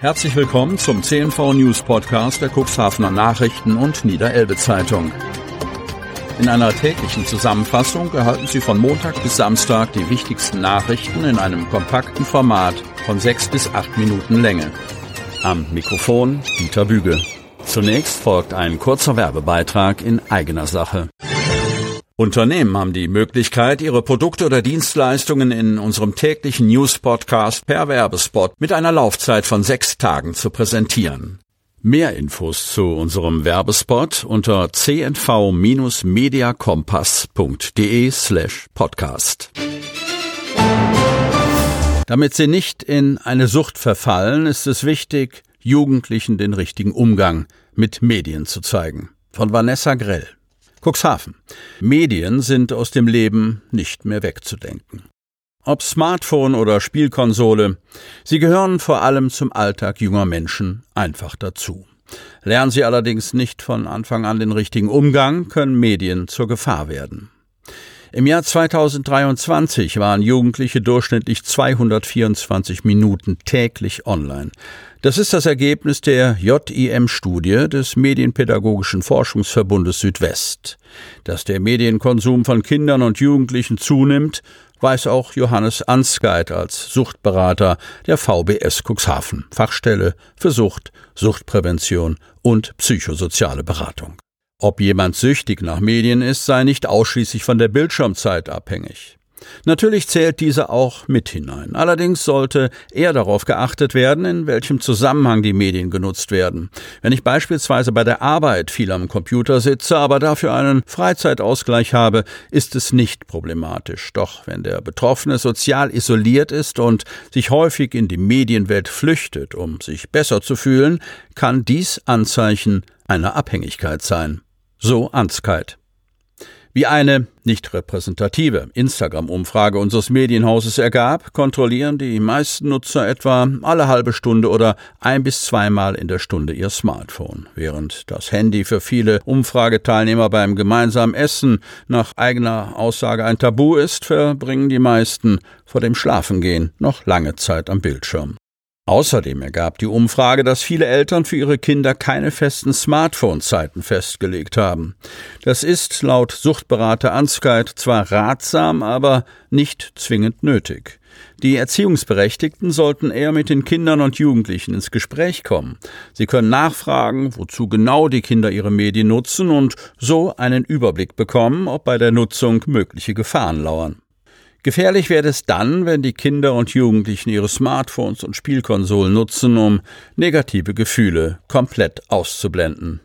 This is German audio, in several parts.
Herzlich willkommen zum CNV News Podcast der Cuxhavener Nachrichten und Niederelbe Zeitung. In einer täglichen Zusammenfassung erhalten Sie von Montag bis Samstag die wichtigsten Nachrichten in einem kompakten Format von 6 bis 8 Minuten Länge. Am Mikrofon Dieter Büge. Zunächst folgt ein kurzer Werbebeitrag in eigener Sache. Unternehmen haben die Möglichkeit, ihre Produkte oder Dienstleistungen in unserem täglichen News-Podcast per Werbespot mit einer Laufzeit von 6 Tagen zu präsentieren. Mehr Infos zu unserem Werbespot unter cnv-mediakompass.de/podcast. Damit Sie nicht in eine Sucht verfallen, ist es wichtig, Jugendlichen den richtigen Umgang mit Medien zu zeigen. Von Vanessa Grell. Cuxhaven. Medien sind aus dem Leben nicht mehr wegzudenken. Ob Smartphone oder Spielkonsole, sie gehören vor allem zum Alltag junger Menschen einfach dazu. Lernen sie allerdings nicht von Anfang an den richtigen Umgang, können Medien zur Gefahr werden. Im Jahr 2023 waren Jugendliche durchschnittlich 224 Minuten täglich online. Das ist das Ergebnis der JIM-Studie des Medienpädagogischen Forschungsverbundes Südwest. Dass der Medienkonsum von Kindern und Jugendlichen zunimmt, weiß auch Johannes Ansgeit als Suchtberater der VBS Cuxhaven, Fachstelle für Sucht, Suchtprävention und psychosoziale Beratung. Ob jemand süchtig nach Medien ist, sei nicht ausschließlich von der Bildschirmzeit abhängig. Natürlich zählt diese auch mit hinein. Allerdings sollte eher darauf geachtet werden, in welchem Zusammenhang die Medien genutzt werden. Wenn ich beispielsweise bei der Arbeit viel am Computer sitze, aber dafür einen Freizeitausgleich habe, ist es nicht problematisch. Doch wenn der Betroffene sozial isoliert ist und sich häufig in die Medienwelt flüchtet, um sich besser zu fühlen, kann dies Anzeichen einer Abhängigkeit sein. So Ansgeit. Wie eine nicht repräsentative Instagram-Umfrage unseres Medienhauses ergab, kontrollieren die meisten Nutzer etwa alle halbe Stunde oder 1- bis 2-mal in der Stunde ihr Smartphone. Während das Handy für viele Umfrageteilnehmer beim gemeinsamen Essen nach eigener Aussage ein Tabu ist, verbringen die meisten vor dem Schlafengehen noch lange Zeit am Bildschirm. Außerdem ergab die Umfrage, dass viele Eltern für ihre Kinder keine festen Smartphone-Zeiten festgelegt haben. Das ist laut Suchtberater Ansgeit zwar ratsam, aber nicht zwingend nötig. Die Erziehungsberechtigten sollten eher mit den Kindern und Jugendlichen ins Gespräch kommen. Sie können nachfragen, wozu genau die Kinder ihre Medien nutzen und so einen Überblick bekommen, ob bei der Nutzung mögliche Gefahren lauern. Gefährlich wird es dann, wenn die Kinder und Jugendlichen ihre Smartphones und Spielkonsolen nutzen, um negative Gefühle komplett auszublenden.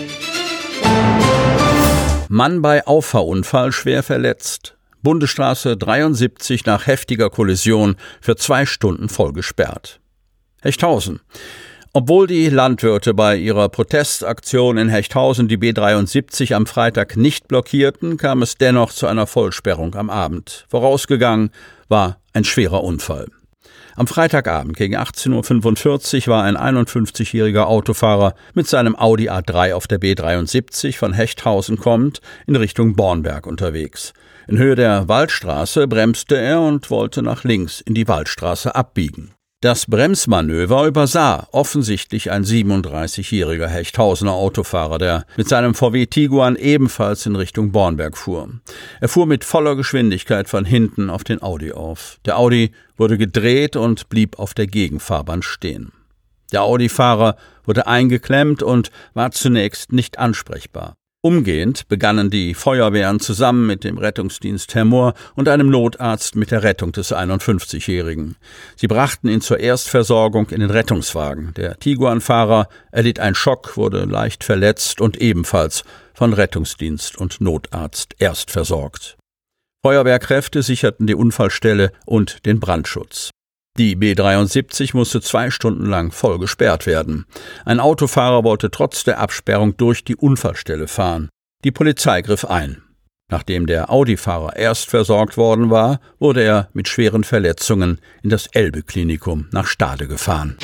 Mann bei Auffahrunfall schwer verletzt. Bundesstraße 73 nach heftiger Kollision für 2 Stunden voll gesperrt. Hechthausen. Obwohl die Landwirte bei ihrer Protestaktion in Hechthausen die B73 am Freitag nicht blockierten, kam es dennoch zu einer Vollsperrung am Abend. Vorausgegangen war ein schwerer Unfall. Am Freitagabend gegen 18:45 Uhr war ein 51-jähriger Autofahrer mit seinem Audi A3 auf der B73 von Hechthausen kommend in Richtung Bornberg unterwegs. In Höhe der Waldstraße bremste er und wollte nach links in die Waldstraße abbiegen. Das Bremsmanöver übersah offensichtlich ein 37-jähriger Hechthausener Autofahrer, der mit seinem VW Tiguan ebenfalls in Richtung Bornberg fuhr. Er fuhr mit voller Geschwindigkeit von hinten auf den Audi auf. Der Audi wurde gedreht und blieb auf der Gegenfahrbahn stehen. Der Audi-Fahrer wurde eingeklemmt und war zunächst nicht ansprechbar. Umgehend begannen die Feuerwehren zusammen mit dem Rettungsdienst Hemmoor und einem Notarzt mit der Rettung des 51-Jährigen. Sie brachten ihn zur Erstversorgung in den Rettungswagen. Der Tiguan-Fahrer erlitt einen Schock, wurde leicht verletzt und ebenfalls von Rettungsdienst und Notarzt erst versorgt. Feuerwehrkräfte sicherten die Unfallstelle und den Brandschutz. Die B73 musste 2 Stunden lang voll gesperrt werden. Ein Autofahrer wollte trotz der Absperrung durch die Unfallstelle fahren. Die Polizei griff ein. Nachdem der Audi-Fahrer erst versorgt worden war, wurde er mit schweren Verletzungen in das Elbe-Klinikum nach Stade gefahren.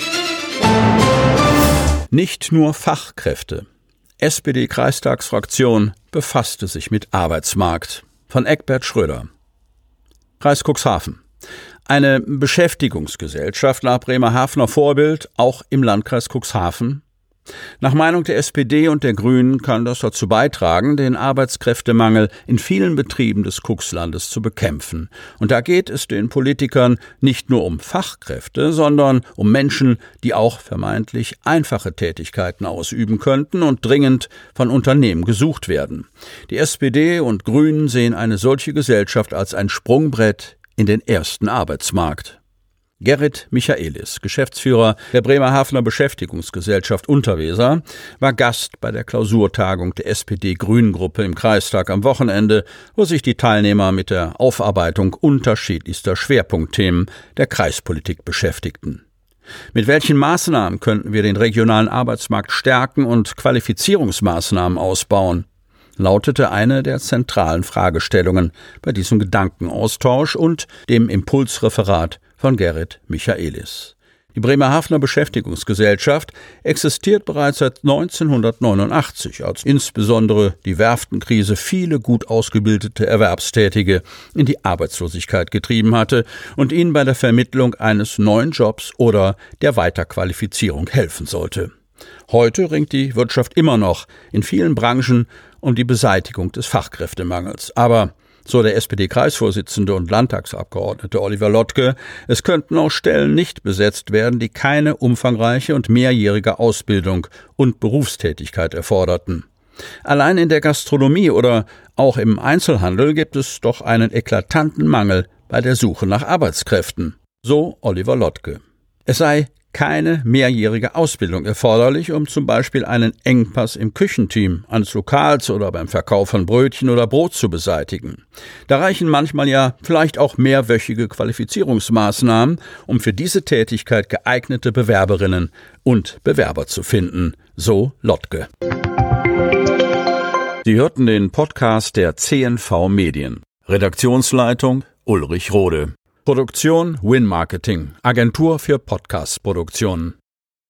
Nicht nur Fachkräfte. SPD-Kreistagsfraktion befasste sich mit Arbeitsmarkt. Von Egbert Schröder. Kreis Cuxhaven. Eine Beschäftigungsgesellschaft nach Bremerhavener Vorbild, auch im Landkreis Cuxhaven? Nach Meinung der SPD und der Grünen kann das dazu beitragen, den Arbeitskräftemangel in vielen Betrieben des Cuxlandes zu bekämpfen. Und da geht es den Politikern nicht nur um Fachkräfte, sondern um Menschen, die auch vermeintlich einfache Tätigkeiten ausüben könnten und dringend von Unternehmen gesucht werden. Die SPD und Grünen sehen eine solche Gesellschaft als ein Sprungbrett in den ersten Arbeitsmarkt. Gerrit Michaelis, Geschäftsführer der Bremerhavener Beschäftigungsgesellschaft Unterweser, war Gast bei der Klausurtagung der SPD-Grünen-Gruppe im Kreistag am Wochenende, wo sich die Teilnehmer mit der Aufarbeitung unterschiedlichster Schwerpunktthemen der Kreispolitik beschäftigten. Mit welchen Maßnahmen könnten wir den regionalen Arbeitsmarkt stärken und Qualifizierungsmaßnahmen ausbauen? Lautete eine der zentralen Fragestellungen bei diesem Gedankenaustausch und dem Impulsreferat von Gerrit Michaelis. Die Bremerhavener Beschäftigungsgesellschaft existiert bereits seit 1989, als insbesondere die Werftenkrise viele gut ausgebildete Erwerbstätige in die Arbeitslosigkeit getrieben hatte und ihnen bei der Vermittlung eines neuen Jobs oder der Weiterqualifizierung helfen sollte. Heute ringt die Wirtschaft immer noch in vielen Branchen um die Beseitigung des Fachkräftemangels. Aber, so der SPD-Kreisvorsitzende und Landtagsabgeordnete Oliver Lottke, es könnten auch Stellen nicht besetzt werden, die keine umfangreiche und mehrjährige Ausbildung und Berufstätigkeit erforderten. Allein in der Gastronomie oder auch im Einzelhandel gibt es doch einen eklatanten Mangel bei der Suche nach Arbeitskräften. So Oliver Lottke. Es sei keine mehrjährige Ausbildung erforderlich, um zum Beispiel einen Engpass im Küchenteam eines Lokals oder beim Verkauf von Brötchen oder Brot zu beseitigen. Da reichen manchmal ja vielleicht auch mehrwöchige Qualifizierungsmaßnahmen, um für diese Tätigkeit geeignete Bewerberinnen und Bewerber zu finden, so Lottke. Sie hörten den Podcast der CNV Medien. Redaktionsleitung Ulrich Rode. Produktion Win Marketing, Agentur für Podcast-Produktionen.